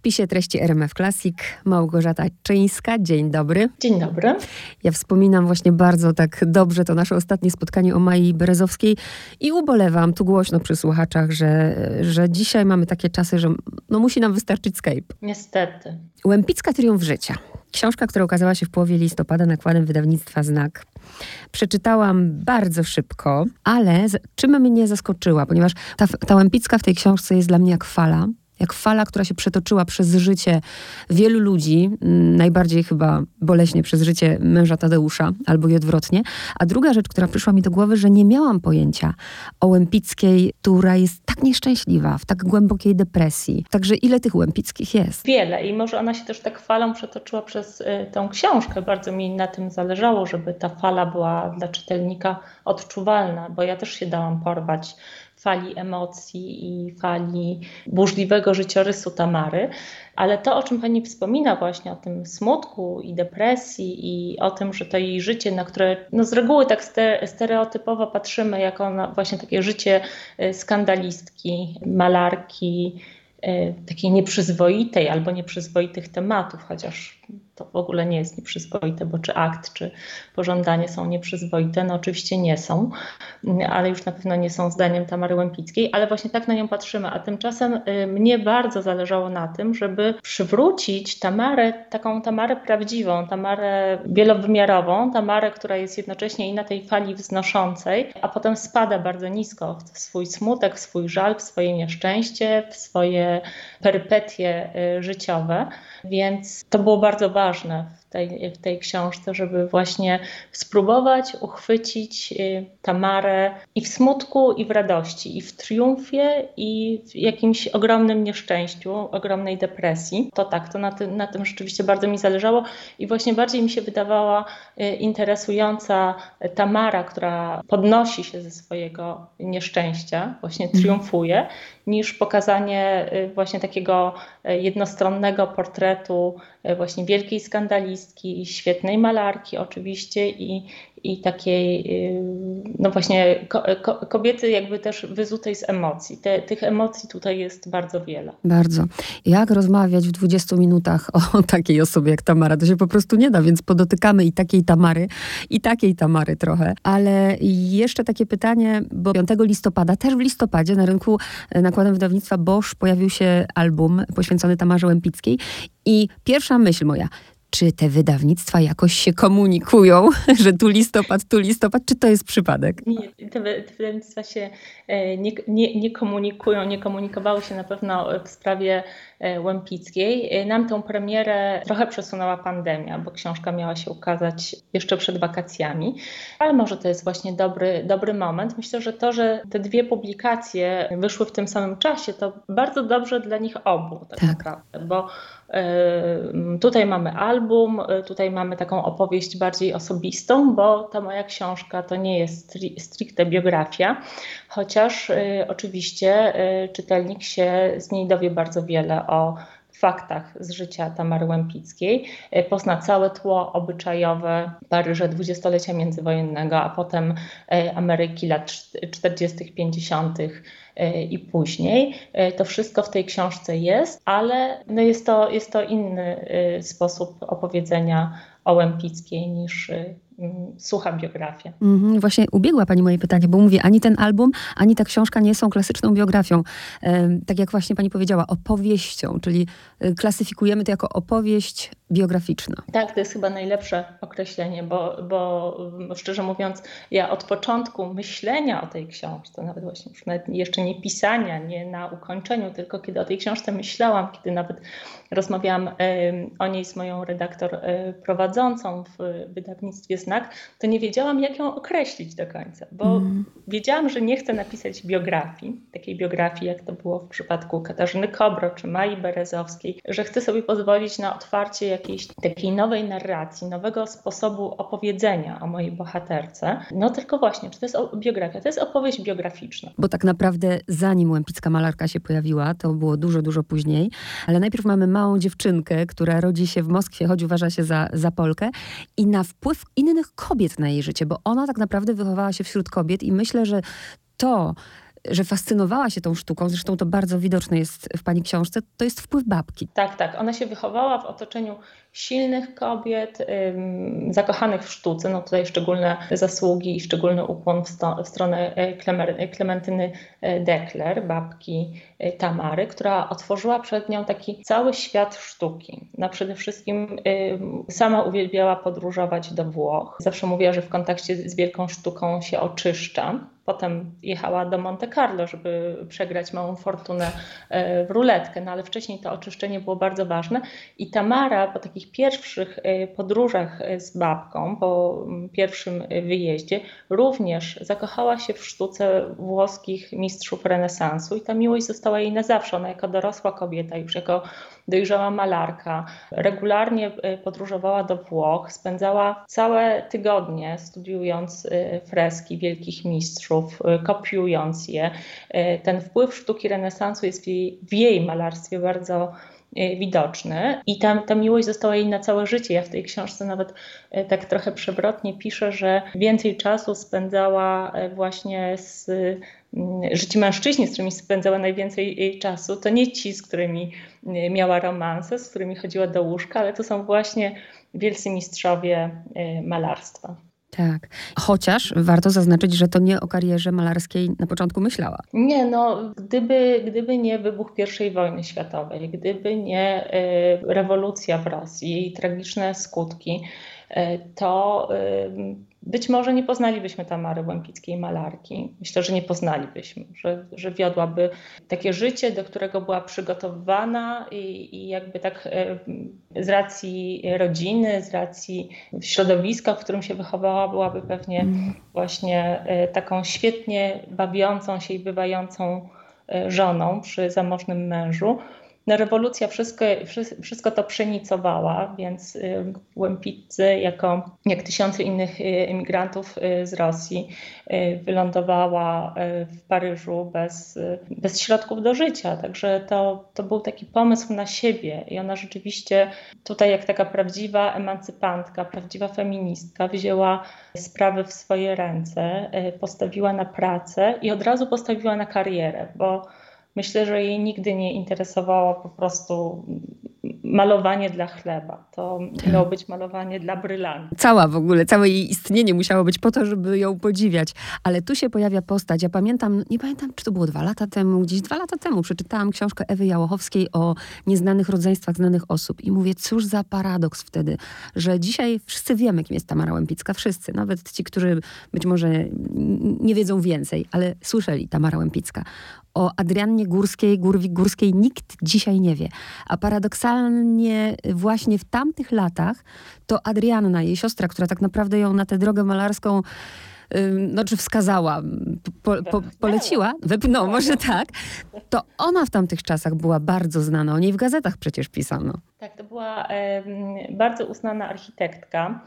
spisie treści RMF Classic Małgorzata Czyńska. Dzień dobry. Dzień dobry. Ja wspominam właśnie bardzo tak dobrze to nasze ostatnie spotkanie o Mai Berezowskiej i ubolewam tu głośno przy słuchaczach, że dzisiaj mamy takie czasy, że musi nam wystarczyć Skype. Niestety. Łempicka Triumf Życia. Książka, która ukazała się w połowie listopada nakładem wydawnictwa Znak. Przeczytałam bardzo szybko, ale czym mnie zaskoczyła, ponieważ ta Łempicka w tej książce jest dla mnie jak fala, która się przetoczyła przez życie wielu ludzi, najbardziej chyba boleśnie przez życie męża Tadeusza, albo i odwrotnie. A druga rzecz, która przyszła mi do głowy, że nie miałam pojęcia o Łempickiej, która jest tak nieszczęśliwa, w tak głębokiej depresji. Także ile tych Łempickich jest? Wiele i może ona się też tak falą przetoczyła przez tą książkę. Bardzo mi na tym zależało, żeby ta fala była dla czytelnika odczuwalna, bo ja też się dałam porwać fali emocji i fali burzliwego życiorysu Tamary. Ale to, o czym pani wspomina właśnie, o tym smutku i depresji i o tym, że to jej życie, na które z reguły tak stereotypowo patrzymy jako na właśnie takie życie skandalistki, malarki, takiej nieprzyzwoitej albo nieprzyzwoitych tematów, chociaż to w ogóle nie jest nieprzyzwoite, bo czy akt, czy pożądanie są nieprzyzwoite, oczywiście nie są, ale już na pewno nie są zdaniem Tamary Łempickiej, ale właśnie tak na nią patrzymy, a tymczasem mnie bardzo zależało na tym, żeby przywrócić Tamarę, taką Tamarę prawdziwą, Tamarę wielowymiarową, Tamarę, która jest jednocześnie i na tej fali wznoszącej, a potem spada bardzo nisko w swój smutek, w swój żal, w swoje nieszczęście, w swoje perypetie życiowe, więc to było bardzo ważne w tej książce, żeby właśnie spróbować uchwycić Tamarę i w smutku, i w radości, i w triumfie, i w jakimś ogromnym nieszczęściu, ogromnej depresji. To na tym rzeczywiście bardzo mi zależało i właśnie bardziej mi się wydawała interesująca Tamara, która podnosi się ze swojego nieszczęścia, właśnie triumfuje, niż pokazanie właśnie takiego jednostronnego portretu właśnie wielkiej skandalistki, świetnej malarki oczywiście i takiej właśnie kobiety jakby też wyzutej z emocji. Tych emocji tutaj jest bardzo wiele. Bardzo. Jak rozmawiać w 20 minutach o takiej osobie jak Tamara? To się po prostu nie da, więc podotykamy i takiej Tamary trochę. Ale jeszcze takie pytanie, bo 5 listopada, też w listopadzie na rynku nakładem wydawnictwa Bosch pojawił się album poświęcony Tamarze Łempickiej i pierwsza myśl moja, czy te wydawnictwa jakoś się komunikują, że tu listopad, czy to jest przypadek? Nie, te wydawnictwa się nie komunikują, nie komunikowały się na pewno w sprawie Łempickiej. Nam tę premierę trochę przesunęła pandemia, bo książka miała się ukazać jeszcze przed wakacjami, ale może to jest właśnie dobry moment. Myślę, że to, że te dwie publikacje wyszły w tym samym czasie, to bardzo dobrze dla nich obu tak naprawdę, bo tutaj mamy album, tutaj mamy taką opowieść bardziej osobistą, bo ta moja książka to nie jest stricte biografia, chociaż oczywiście czytelnik się z niej dowie bardzo wiele o faktach z życia Tamary Łempickiej, pozna całe tło obyczajowe Paryża dwudziestolecia międzywojennego, a potem Ameryki lat 40., 50. i później. To wszystko w tej książce jest, ale jest to inny sposób opowiedzenia o Łempickiej niż sucha biografia. Właśnie ubiegła pani moje pytanie, bo mówię, ani ten album, ani ta książka nie są klasyczną biografią. Tak jak właśnie pani powiedziała, opowieścią, czyli klasyfikujemy to jako opowieść biograficzna. Tak, to jest chyba najlepsze określenie, bo szczerze mówiąc, ja od początku myślenia o tej książce, nawet właśnie już nawet jeszcze nie pisania, nie na ukończeniu, tylko kiedy o tej książce myślałam, kiedy nawet rozmawiałam o niej z moją redaktor prowadzącą w wydawnictwie Znak, to nie wiedziałam, jak ją określić do końca, bo wiedziałam, że nie chcę napisać biografii, takiej biografii, jak to było w przypadku Katarzyny Kobro czy Mai Berezowskiej, że chcę sobie pozwolić na otwarcie jakiejś takiej nowej narracji, nowego sposobu opowiedzenia o mojej bohaterce. Tylko właśnie, czy to jest biografia? To jest opowieść biograficzna. Bo tak naprawdę zanim Łempicka malarka się pojawiła, to było dużo, dużo później, ale najpierw mamy małą dziewczynkę, która rodzi się w Moskwie, choć uważa się za Polkę i na wpływ innych kobiet na jej życie, bo ona tak naprawdę wychowała się wśród kobiet i myślę, że to, że fascynowała się tą sztuką, zresztą to bardzo widoczne jest w pani książce, to jest wpływ babki. Tak. Ona się wychowała w otoczeniu silnych kobiet, zakochanych w sztuce. No tutaj szczególne zasługi i szczególny ukłon w stronę Klementyny Dekler, babki Tamary, która otworzyła przed nią taki cały świat sztuki. No przede wszystkim sama uwielbiała podróżować do Włoch. Zawsze mówiła, że w kontakcie z wielką sztuką się oczyszcza. Potem jechała do Monte Carlo, żeby przegrać małą fortunę w ruletkę, no ale wcześniej to oczyszczenie było bardzo ważne. I Tamara po takich pierwszych podróżach z babką, po pierwszym wyjeździe, również zakochała się w sztuce włoskich mistrzów renesansu i ta miłość została jej na zawsze. Ona jako dorosła kobieta, już jako dojrzała malarka, regularnie podróżowała do Włoch, spędzała całe tygodnie studiując freski wielkich mistrzów, kopiując je. Ten wpływ sztuki renesansu jest w jej malarstwie bardzo widoczny i ta miłość została jej na całe życie. Ja w tej książce nawet tak trochę przewrotnie piszę, że więcej czasu spędzała właśnie z życi mężczyźni, z którymi spędzała najwięcej czasu, to nie ci, z którymi miała romanse, z którymi chodziła do łóżka, ale to są właśnie wielcy mistrzowie malarstwa. Tak. Chociaż warto zaznaczyć, że to nie o karierze malarskiej na początku myślała. Nie, no gdyby nie wybuch I wojny światowej, gdyby nie rewolucja w Rosji i tragiczne skutki, to być może nie poznalibyśmy Tamary Łempickiej, malarki. Myślę, że nie poznalibyśmy, że wiodłaby takie życie, do którego była przygotowywana i jakby tak z racji rodziny, z racji środowiska, w którym się wychowała, byłaby pewnie właśnie taką świetnie bawiącą się i bywającą żoną przy zamożnym mężu. No, rewolucja wszystko to przenicowała, więc Łempiccy, jak tysiące innych emigrantów z Rosji, wylądowała w Paryżu bez środków do życia. Także to był taki pomysł na siebie i ona rzeczywiście tutaj jak taka prawdziwa emancypantka, prawdziwa feministka wzięła sprawy w swoje ręce, postawiła na pracę i od razu postawiła na karierę, bo myślę, że jej nigdy nie interesowało po prostu malowanie dla chleba. To miało być malowanie dla brylantu. Całe jej istnienie musiało być po to, żeby ją podziwiać. Ale tu się pojawia postać. Ja pamiętam, nie pamiętam, czy to było 2 lata temu, gdzieś 2 lata temu przeczytałam książkę Ewy Jałochowskiej o nieznanych rodzeństwach znanych osób. I mówię, cóż za paradoks wtedy, że dzisiaj wszyscy wiemy, kim jest Tamara Łempicka. Wszyscy. Nawet ci, którzy być może nie wiedzą więcej, ale słyszeli Tamara Łempicka. O Adriannie Górwik-Górskiej nikt dzisiaj nie wie. A paradoksalnie właśnie w tamtych latach to Adrianna, jej siostra, która tak naprawdę ją na tę drogę malarską czy wskazała, poleciła, może tak, to ona w tamtych czasach była bardzo znana. O niej w gazetach przecież pisano. Tak, to była bardzo uznana architektka.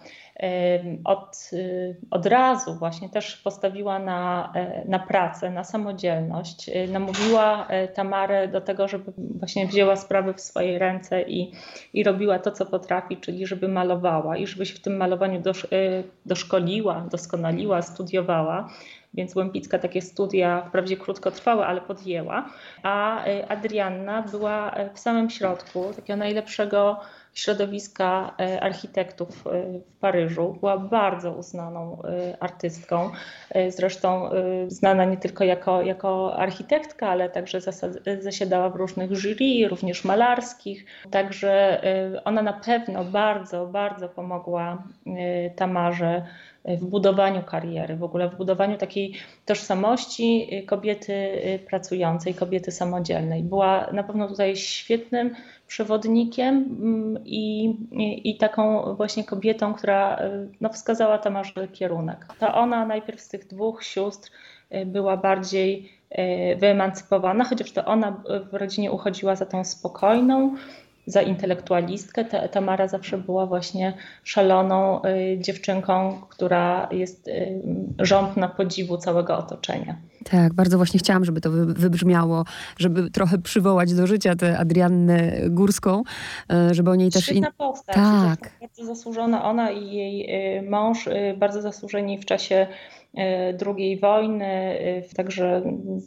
Od razu właśnie też postawiła na pracę, na samodzielność. Namówiła Tamarę do tego, żeby właśnie wzięła sprawy w swoje ręce i robiła to, co potrafi, czyli żeby malowała i żeby się w tym malowaniu doszkoliła, doskonaliła, studiowała. Więc Łempicka takie studia wprawdzie krótkotrwałe, ale podjęła. A Adrianna była w samym środku takiego najlepszego środowiska architektów w Paryżu. Była bardzo uznaną artystką. Zresztą znana nie tylko jako architektka, ale także zasiadała w różnych jury, również malarskich. Także ona na pewno bardzo, bardzo pomogła Tamarze w budowaniu kariery, w ogóle w budowaniu takiej tożsamości kobiety pracującej, kobiety samodzielnej. Była na pewno tutaj świetnym przewodnikiem i taką właśnie kobietą, która wskazała Tamarze kierunek. To ona najpierw z tych 2 sióstr była bardziej wyemancypowana, chociaż to ona w rodzinie uchodziła za tą spokojną, za intelektualistkę. Tamara zawsze była właśnie szaloną dziewczynką, która jest rządna podziwu całego otoczenia. Tak, bardzo właśnie chciałam, żeby to wybrzmiało, żeby trochę przywołać do życia tę Adriannę Górską, żeby o niej też... Świetna postać. Tak. Bardzo zasłużona ona i jej mąż, bardzo zasłużeni w czasie II wojny, także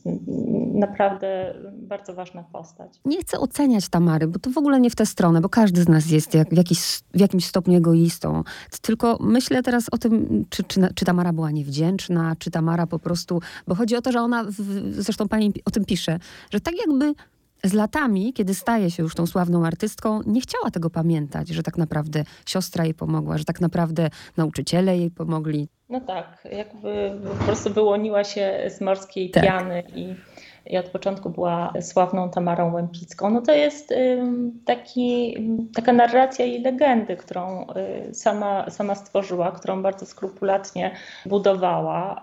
naprawdę bardzo ważna postać. Nie chcę oceniać Tamary, bo to w ogóle nie w tę stronę, bo każdy z nas jest w jakimś stopniu egoistą. Tylko myślę teraz o tym, czy Tamara była niewdzięczna, czy Tamara po prostu... Bo chodzi o to, że ona, zresztą pani o tym pisze, że tak jakby z latami, kiedy staje się już tą sławną artystką, nie chciała tego pamiętać, że tak naprawdę siostra jej pomogła, że tak naprawdę nauczyciele jej pomogli. No tak, jakby po prostu wyłoniła się z morskiej piany i od początku była sławną Tamarą Łempicką. No to jest taka narracja i legendy, którą sama stworzyła, którą bardzo skrupulatnie budowała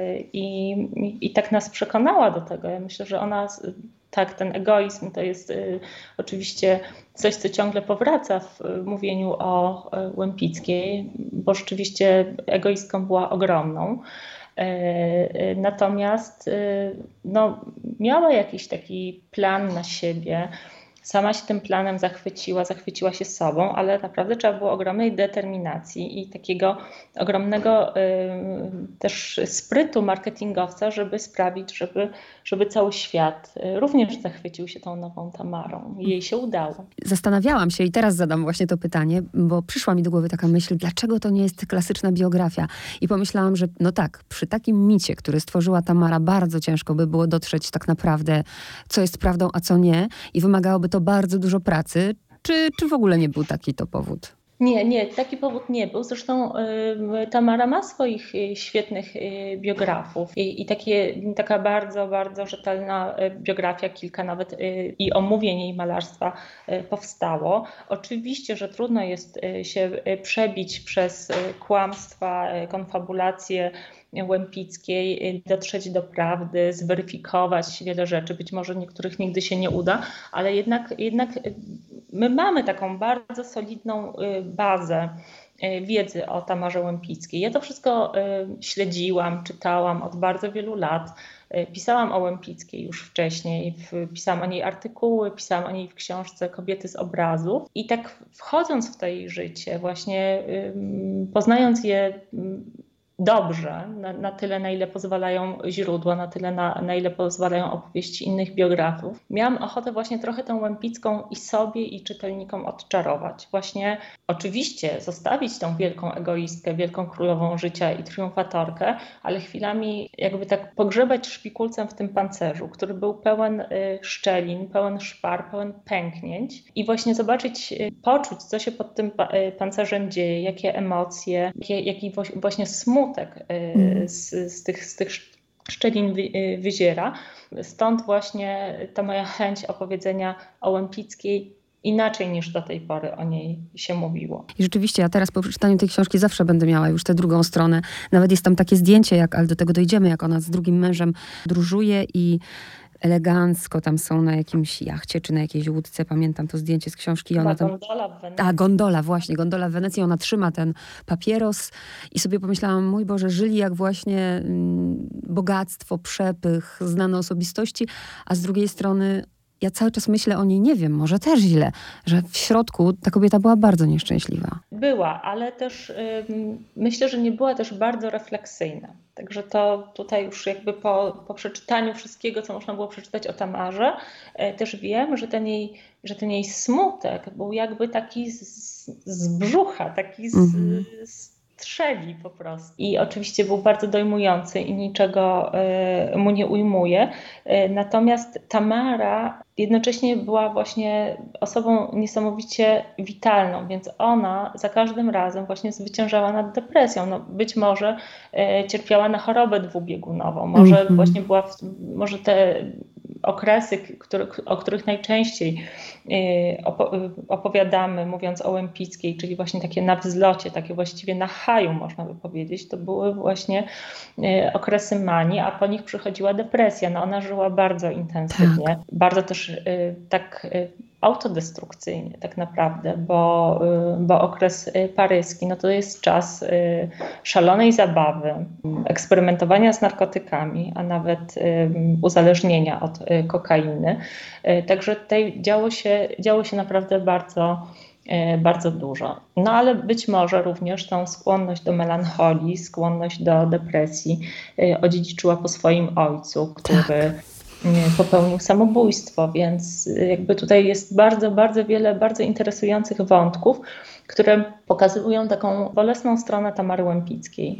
i tak nas przekonała do tego. Ja myślę, że ona... Tak, ten egoizm to jest oczywiście coś, co ciągle powraca w mówieniu o Łempickiej, bo rzeczywiście egoistką była ogromną. Natomiast miała jakiś taki plan na siebie. Sama się tym planem zachwyciła się sobą, ale naprawdę trzeba było ogromnej determinacji i takiego ogromnego też sprytu marketingowca, żeby sprawić, żeby cały świat również zachwycił się tą nową Tamarą. I jej się udało. Zastanawiałam się i teraz zadam właśnie to pytanie, bo przyszła mi do głowy taka myśl, dlaczego to nie jest klasyczna biografia? I pomyślałam, że no tak, przy takim micie, który stworzyła Tamara, bardzo ciężko by było dotrzeć tak naprawdę, co jest prawdą, a co nie. I wymagałoby to bardzo dużo pracy. Czy w ogóle nie był taki to powód? Nie, taki powód nie był. Zresztą Tamara ma swoich świetnych biografów i taka bardzo, bardzo rzetelna biografia, kilka nawet i omówień jej malarstwa powstało. Oczywiście, że trudno jest się przebić przez kłamstwa, konfabulacje Łempickiej, dotrzeć do prawdy, zweryfikować wiele rzeczy. Być może niektórych nigdy się nie uda, ale jednak my mamy taką bardzo solidną bazę wiedzy o Tamarze Łempickiej. Ja to wszystko śledziłam, czytałam od bardzo wielu lat. Pisałam o Łempickiej już wcześniej, pisałam o niej artykuły, pisałam o niej w książce Kobiety z obrazu. I tak wchodząc w to jej życie, właśnie poznając je dobrze, na tyle, na ile pozwalają źródła, na tyle, na ile pozwalają opowieści innych biografów. Miałam ochotę właśnie trochę tą Łempicką i sobie, i czytelnikom odczarować. Właśnie oczywiście zostawić tą wielką egoistkę, wielką królową życia i triumfatorkę, ale chwilami jakby tak pogrzebać szpikulcem w tym pancerzu, który był pełen szczelin, pełen szpar, pełen pęknięć i właśnie zobaczyć, poczuć, co się pod tym pancerzem dzieje, jakie emocje, jaki właśnie smutek z tych szczelin wyziera. Stąd właśnie ta moja chęć opowiedzenia o Łempickiej inaczej niż do tej pory o niej się mówiło. I rzeczywiście ja teraz po przeczytaniu tej książki zawsze będę miała już tę drugą stronę. Nawet jest tam takie zdjęcie, ale do tego dojdziemy, jak ona z drugim mężem podróżuje i elegancko tam są na jakimś jachcie, czy na jakiejś łódce. Pamiętam to zdjęcie z książki. Ona tam... Gondola w Wenecji. Gondola w Wenecji. Ona trzyma ten papieros i sobie pomyślałam, mój Boże, żyli jak właśnie bogactwo, przepych, znane osobistości, a z drugiej strony ja cały czas myślę o niej, nie wiem, może też źle, że w środku ta kobieta była bardzo nieszczęśliwa. Była, ale też myślę, że nie była też bardzo refleksyjna. Także to tutaj już jakby po przeczytaniu wszystkiego, co można było przeczytać o Tamarze, też wiem, że ten jej smutek był jakby taki z brzucha, taki z strzeli po prostu. I oczywiście był bardzo dojmujący i niczego mu nie ujmuje. Natomiast Tamara jednocześnie była właśnie osobą niesamowicie witalną, więc ona za każdym razem właśnie zwyciężała nad depresją. No, być może cierpiała na chorobę dwubiegunową, może właśnie może te okresy, o których najczęściej opowiadamy, mówiąc o Łempickiej, czyli właśnie takie na wzlocie, takie właściwie na haju, można by powiedzieć, to były właśnie okresy manii, a po nich przychodziła depresja. No ona żyła bardzo intensywnie, bardzo też tak autodestrukcyjnie tak naprawdę, bo okres paryski no to jest czas szalonej zabawy, eksperymentowania z narkotykami, a nawet uzależnienia od kokainy. Także tutaj działo się naprawdę bardzo, bardzo dużo. No ale być może również tą skłonność do melancholii, skłonność do depresji odziedziczyła po swoim ojcu, który popełnił samobójstwo, więc jakby tutaj jest bardzo, bardzo wiele bardzo interesujących wątków, które pokazują taką bolesną stronę Tamary Łempickiej.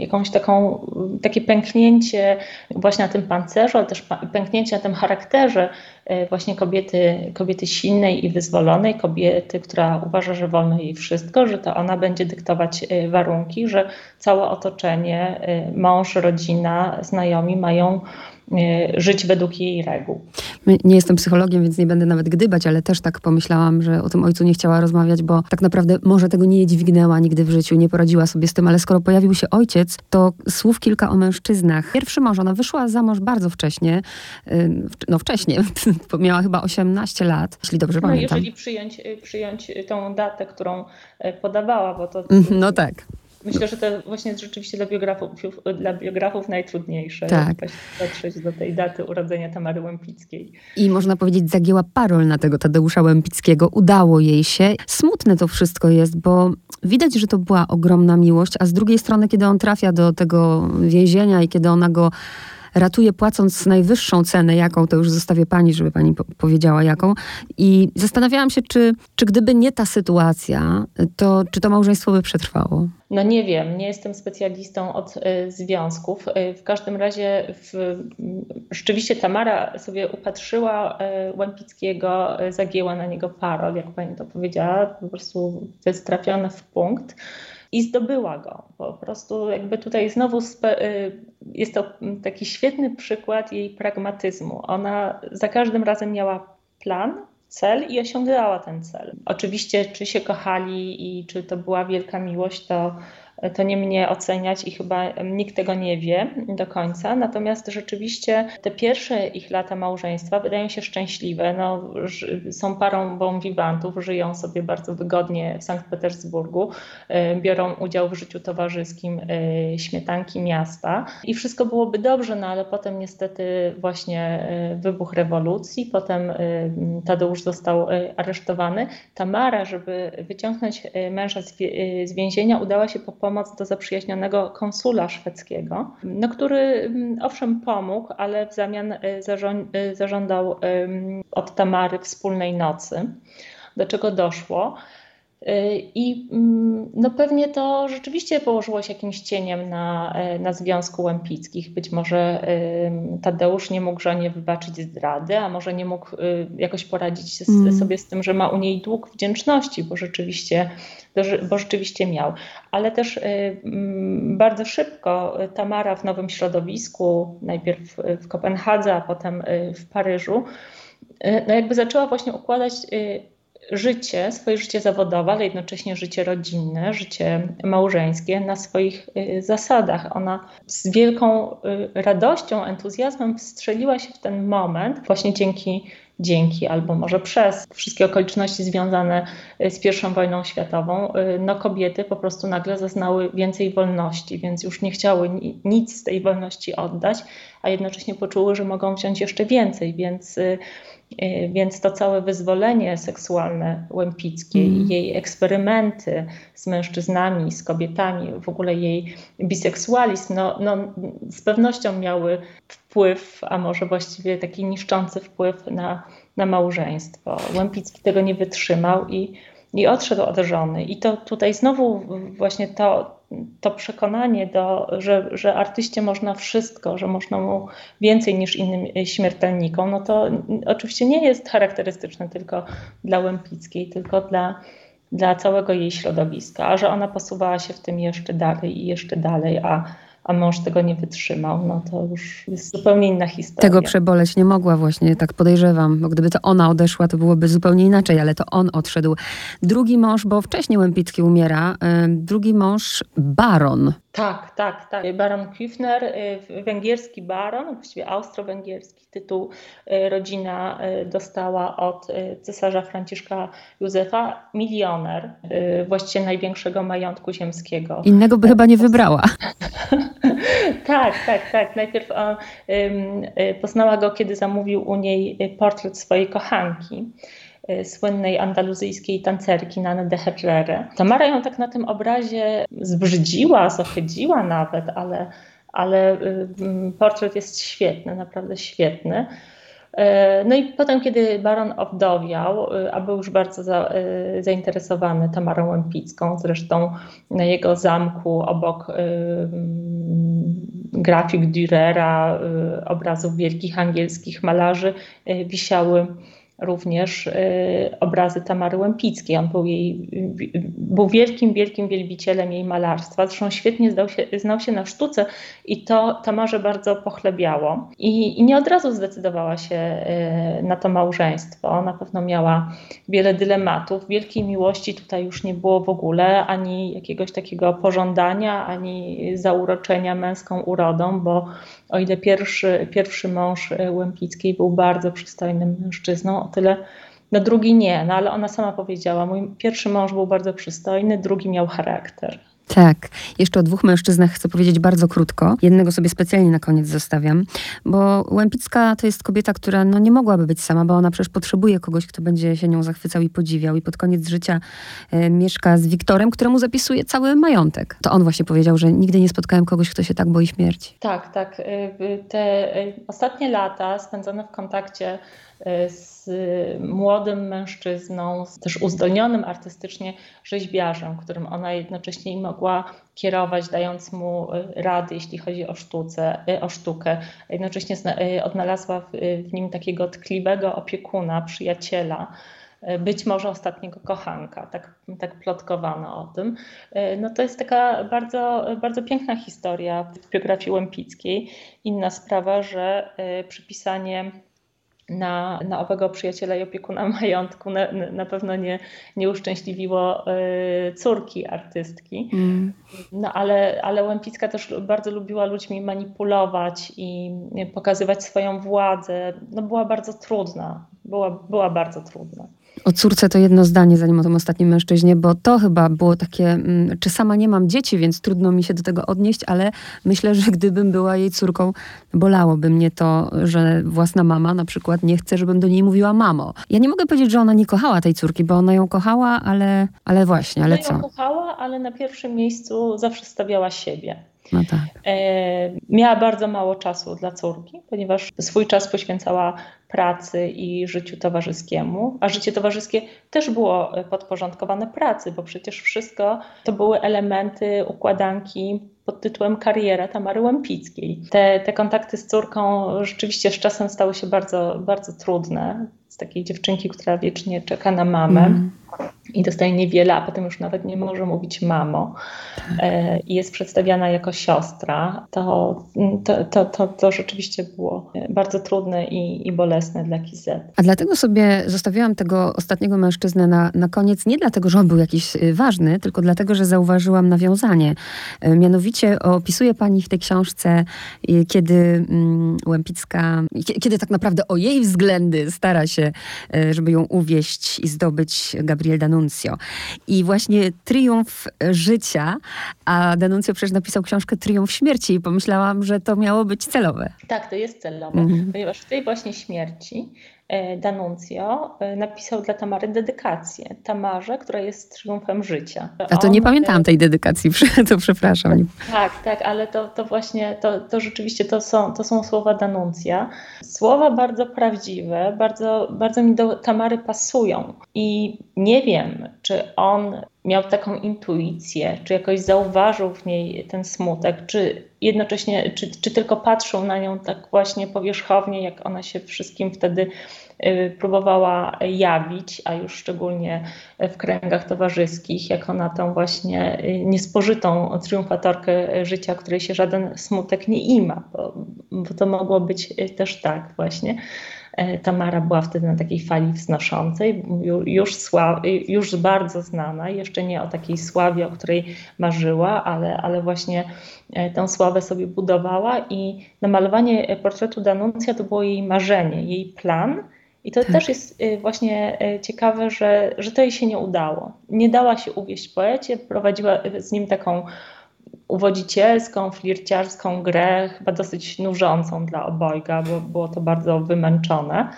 Takie pęknięcie właśnie na tym pancerzu, ale też pęknięcie na tym charakterze właśnie kobiety silnej i wyzwolonej, kobiety, która uważa, że wolno jej wszystko, że to ona będzie dyktować warunki, że całe otoczenie, mąż, rodzina, znajomi mają żyć według jej reguł. Nie jestem psychologiem, więc nie będę nawet gdybać, ale też tak pomyślałam, że o tym ojcu nie chciała rozmawiać, bo tak naprawdę może tego nie dźwignęła nigdy w życiu, nie poradziła sobie z tym, ale skoro pojawił się ojciec, to słów kilka o mężczyznach. Pierwszy mąż, ona wyszła za mąż bardzo wcześnie, wcześnie, bo miała chyba 18 lat, jeśli dobrze pamiętam. Jeżeli przyjąć tą datę, którą podawała, bo to... No tak. Myślę, że to właśnie jest rzeczywiście dla biografów najtrudniejsze. Tak. Dotrzeć do tej daty urodzenia Tamary Łempickiej. I można powiedzieć, zagięła parol na tego Tadeusza Łempickiego. Udało jej się. Smutne to wszystko jest, bo widać, że to była ogromna miłość, a z drugiej strony, kiedy on trafia do tego więzienia i kiedy ona go ratuje, płacąc najwyższą cenę, jaką, to już zostawię pani, żeby pani powiedziała jaką. I zastanawiałam się, czy gdyby nie ta sytuacja, to czy to małżeństwo by przetrwało? No nie wiem, nie jestem specjalistą od związków. W każdym razie rzeczywiście Tamara sobie upatrzyła Łempickiego, zagięła na niego parol, jak pani to powiedziała, po prostu to jest trafione w punkt. I zdobyła go. Po prostu jakby tutaj znowu jest to taki świetny przykład jej pragmatyzmu. Ona za każdym razem miała plan, cel i osiągała ten cel. Oczywiście, czy się kochali i czy to była wielka miłość, to nie mnie oceniać i chyba nikt tego nie wie do końca. Natomiast rzeczywiście te pierwsze ich lata małżeństwa wydają się szczęśliwe. Są parą bon vivantów, żyją sobie bardzo wygodnie w Sankt Petersburgu, biorą udział w życiu towarzyskim śmietanki miasta i wszystko byłoby dobrze, no ale potem niestety właśnie wybuch rewolucji, potem Tadeusz został aresztowany. Tamara, żeby wyciągnąć męża z więzienia, udała się po pomoc do zaprzyjaźnionego konsula szwedzkiego, który owszem pomógł, ale w zamian zażądał od Tamary wspólnej nocy, do czego doszło. I pewnie to rzeczywiście położyło się jakimś cieniem na związku Łempickich. Być może Tadeusz nie mógł żonie wybaczyć zdrady, a może nie mógł jakoś poradzić sobie z tym, że ma u niej dług wdzięczności, bo rzeczywiście miał. Ale też bardzo szybko Tamara w nowym środowisku, najpierw w Kopenhadze, a potem w Paryżu, jakby zaczęła właśnie układać swoje życie zawodowe, ale jednocześnie życie rodzinne, życie małżeńskie na swoich zasadach. Ona z wielką radością, entuzjazmem wstrzeliła się w ten moment właśnie dzięki albo może przez wszystkie okoliczności związane z I wojną światową, kobiety po prostu nagle zaznały więcej wolności, więc już nie chciały nic z tej wolności oddać, a jednocześnie poczuły, że mogą wziąć jeszcze więcej, więc to całe wyzwolenie seksualne Łempickiej, jej eksperymenty z mężczyznami, z kobietami, w ogóle jej biseksualizm, z pewnością miały wpływ, a może właściwie taki niszczący wpływ na małżeństwo. Łempicki tego nie wytrzymał i odszedł od żony. I to tutaj znowu właśnie to przekonanie, że artyście można wszystko, że można mu więcej niż innym śmiertelnikom, to oczywiście nie jest charakterystyczne tylko dla Łempickiej, tylko dla całego jej środowiska, a że ona posuwała się w tym jeszcze dalej i jeszcze dalej, a mąż tego nie wytrzymał, to już jest zupełnie inna historia. Tego przeboleć nie mogła właśnie, tak podejrzewam, bo gdyby to ona odeszła, to byłoby zupełnie inaczej, ale to on odszedł. Drugi mąż, bo wcześniej Łempicki umiera, drugi mąż baron. Tak. Baron Küffner, węgierski baron, właściwie austro-węgierski tytuł rodzina dostała od cesarza Franciszka Józefa, milioner, właściciel największego majątku ziemskiego. Innego by chyba nie wybrała. Tak. Najpierw poznała go, kiedy zamówił u niej portret swojej kochanki. słynnej andaluzyjskiej tancerki Nany de Herrera. Tamara ją tak na tym obrazie zbrzydziła, zohydziła nawet, ale portret jest świetny, naprawdę świetny. No i potem, kiedy baron owdowiał, a był już bardzo zainteresowany Tamarą Łępicką, zresztą na jego zamku obok grafik Dürera, obrazów wielkich angielskich malarzy, wisiały również obrazy Tamary Łępickiej. On był wielkim, wielkim wielbicielem jej malarstwa. Zresztą świetnie znał się na sztuce i to Tamarze bardzo pochlebiało. I nie od razu zdecydowała się na to małżeństwo. Na pewno miała wiele dylematów. Wielkiej miłości tutaj już nie było w ogóle, ani jakiegoś takiego pożądania, ani zauroczenia męską urodą, bo o ile pierwszy mąż Łępickiej był bardzo przystojnym mężczyzną, o tyle drugi nie. No ale ona sama powiedziała, mój pierwszy mąż był bardzo przystojny, drugi miał charakter. Tak. Jeszcze o dwóch mężczyznach chcę powiedzieć bardzo krótko. Jednego sobie specjalnie na koniec zostawiam, bo Łępicka to jest kobieta, która nie mogłaby być sama, bo ona przecież potrzebuje kogoś, kto będzie się nią zachwycał i podziwiał. I pod koniec życia mieszka z Wiktorem, któremu zapisuje cały majątek. To on właśnie powiedział, że nigdy nie spotkałem kogoś, kto się tak boi śmierci. Tak. Te ostatnie lata spędzone w kontakcie z młodym mężczyzną, też uzdolnionym artystycznie rzeźbiarzem, którym ona jednocześnie mogła kierować, dając mu rady, jeśli chodzi o sztukę. Jednocześnie odnalazła w nim takiego tkliwego opiekuna, przyjaciela, być może ostatniego kochanka, tak plotkowano o tym. No to jest taka bardzo, bardzo piękna historia w biografii Łępickiej. Inna sprawa, że przypisanie na owego przyjaciela i opiekuna majątku na pewno nie uszczęśliwiło córki artystki. No ale Łępicka też bardzo lubiła ludźmi manipulować i pokazywać swoją władzę. No była bardzo trudna. Była bardzo trudna. O córce to jedno zdanie, zanim o tym ostatnim mężczyźnie, bo to chyba było takie, czy sama nie mam dzieci, więc trudno mi się do tego odnieść, ale myślę, że gdybym była jej córką, bolałoby mnie to, że własna mama na przykład nie chce, żebym do niej mówiła mamo. Ja nie mogę powiedzieć, że ona nie kochała tej córki, bo ona ją kochała, ale właśnie, ale co? Ona ją kochała, ale na pierwszym miejscu zawsze stawiała siebie. No tak. Miała bardzo mało czasu dla córki, ponieważ swój czas poświęcała pracy i życiu towarzyskiemu, a życie towarzyskie też było podporządkowane pracy, bo przecież wszystko to były elementy układanki pod tytułem kariera Tamary Łępickiej. Te kontakty z córką rzeczywiście z czasem stały się bardzo, bardzo trudne. Z takiej dziewczynki, która wiecznie czeka na mamę i dostaje niewiele, a potem już nawet nie może mówić mamo i jest przedstawiana jako siostra, to rzeczywiście było bardzo trudne i bolesne dla Kizety. A dlatego sobie zostawiłam tego ostatniego mężczyznę na koniec, nie dlatego, że on był jakiś ważny, tylko dlatego, że zauważyłam nawiązanie. Mianowicie opisuje pani w tej książce, kiedy Łępicka, kiedy tak naprawdę o jej względy stara się, żeby ją uwieść i zdobyć Gabriel D'Annunzio. I właśnie triumf życia, a D'Annunzio przecież napisał książkę Triumf śmierci i pomyślałam, że to miało być celowe. Tak, to jest celowe, ponieważ w tej właśnie śmierci D'Annunzio napisał dla Tamary dedykację. Tamarze, która jest triumfem życia. A to nie pamiętałam tej dedykacji, to przepraszam. Tak, ale to właśnie, to rzeczywiście to są słowa D'Annunzia. Słowa bardzo prawdziwe, bardzo, bardzo mi do Tamary pasują. I nie wiem, czy on miał taką intuicję, czy jakoś zauważył w niej ten smutek, czy jednocześnie, czy tylko patrzył na nią tak właśnie powierzchownie, jak ona się wszystkim wtedy próbowała jawić, a już szczególnie w kręgach towarzyskich, jak ona tą właśnie niespożytą triumfatorkę życia, której się żaden smutek nie ima, bo to mogło być też tak właśnie. Tamara była wtedy na takiej fali wznoszącej, już bardzo znana, jeszcze nie o takiej sławie, o której marzyła, ale właśnie tę sławę sobie budowała i namalowanie portretu D'Annunzia to było jej marzenie, jej plan. I to też jest właśnie ciekawe, że to jej się nie udało. Nie dała się uwieść poecie, prowadziła z nim taką uwodzicielską, flirciarską grę, chyba dosyć nużącą dla obojga, bo było to bardzo wymęczone.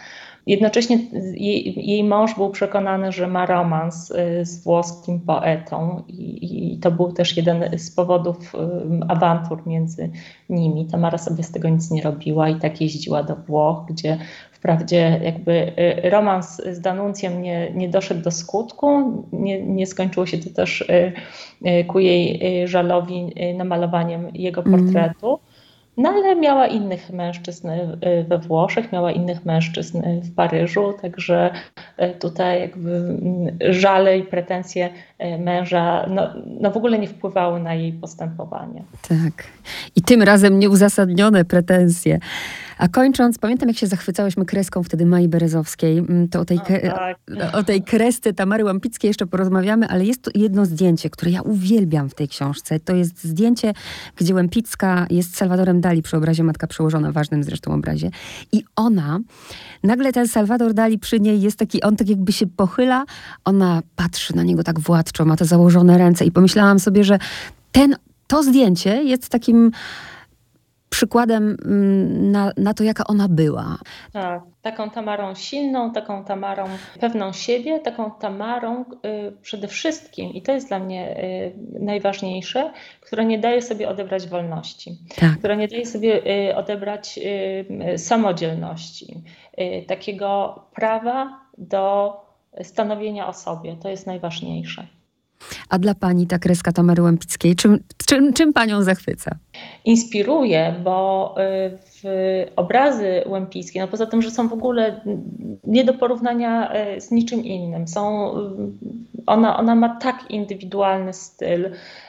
Jednocześnie jej mąż był przekonany, że ma romans z włoskim poetą i to był też jeden z powodów awantur między nimi. Tamara sobie z tego nic nie robiła i tak jeździła do Włoch, gdzie wprawdzie jakby romans z Danuncjem nie doszedł do skutku, nie skończyło się to też ku jej żalowi namalowaniem jego portretu. No ale miała innych mężczyzn we Włoszech, miała innych mężczyzn w Paryżu, także tutaj jakby żale i pretensje męża no w ogóle nie wpływały na jej postępowanie. Tak. I tym razem nieuzasadnione pretensje. A kończąc, pamiętam jak się zachwycałyśmy kreską wtedy Mai Berezowskiej. To o tej kresce Tamary Łempickiej jeszcze porozmawiamy, ale jest to jedno zdjęcie, które ja uwielbiam w tej książce. To jest zdjęcie, gdzie Łempicka jest Salvadorem Dali przy obrazie Matka Przełożona, ważnym zresztą obrazie. I ona, nagle ten Salvador Dali przy niej jest taki, on tak jakby się pochyla, ona patrzy na niego tak władczo, ma te założone ręce i pomyślałam sobie, że to zdjęcie jest takim przykładem na to, jaka ona była. Tak, taką Tamarą silną, taką Tamarą pewną siebie, taką Tamarą przede wszystkim, i to jest dla mnie najważniejsze, która nie daje sobie odebrać wolności, tak. Która nie daje sobie odebrać samodzielności, takiego prawa do stanowienia o sobie. To jest najważniejsze. A dla pani ta kreska Tamary Łempickiej, czym panią zachwyca? Inspiruje, bo w obrazy Łempickie, no poza tym, że są w ogóle nie do porównania z niczym innym. Ona ma tak indywidualny styl,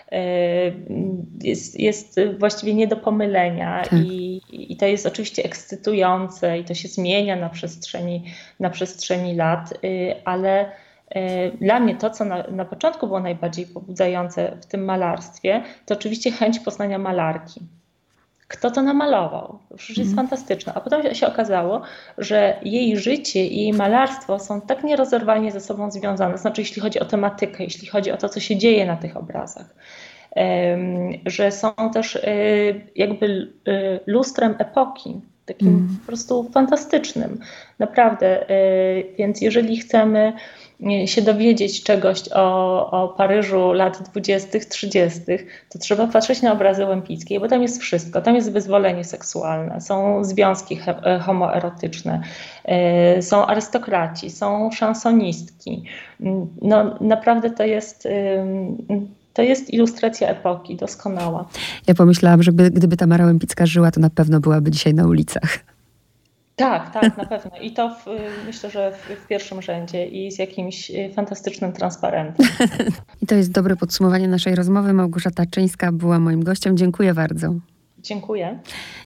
jest właściwie nie do pomylenia tak. I to jest oczywiście ekscytujące i to się zmienia na przestrzeni lat, ale dla mnie to, co na początku było najbardziej pobudzające w tym malarstwie, to oczywiście chęć poznania malarki. Kto to namalował? Przecież jest fantastyczne. A potem się okazało, że jej życie i jej malarstwo są tak nierozerwalnie ze sobą związane, znaczy jeśli chodzi o tematykę, jeśli chodzi o to, co się dzieje na tych obrazach, że są też jakby lustrem epoki, takim po prostu fantastycznym. Naprawdę. Więc jeżeli chcemy się dowiedzieć czegoś o Paryżu lat 20., 30., to trzeba patrzeć na obrazy Łempickiej, bo tam jest wszystko. Tam jest wyzwolenie seksualne, są związki homoerotyczne, są arystokraci, są szansonistki. No naprawdę to jest ilustracja epoki, doskonała. Ja pomyślałam, że gdyby Tamara Łempicka żyła, to na pewno byłaby dzisiaj na ulicach. Tak, na pewno. I to myślę, że w pierwszym rzędzie i z jakimś fantastycznym transparentem. I to jest dobre podsumowanie naszej rozmowy. Małgorzata Czyńska była moim gościem. Dziękuję bardzo. Dziękuję.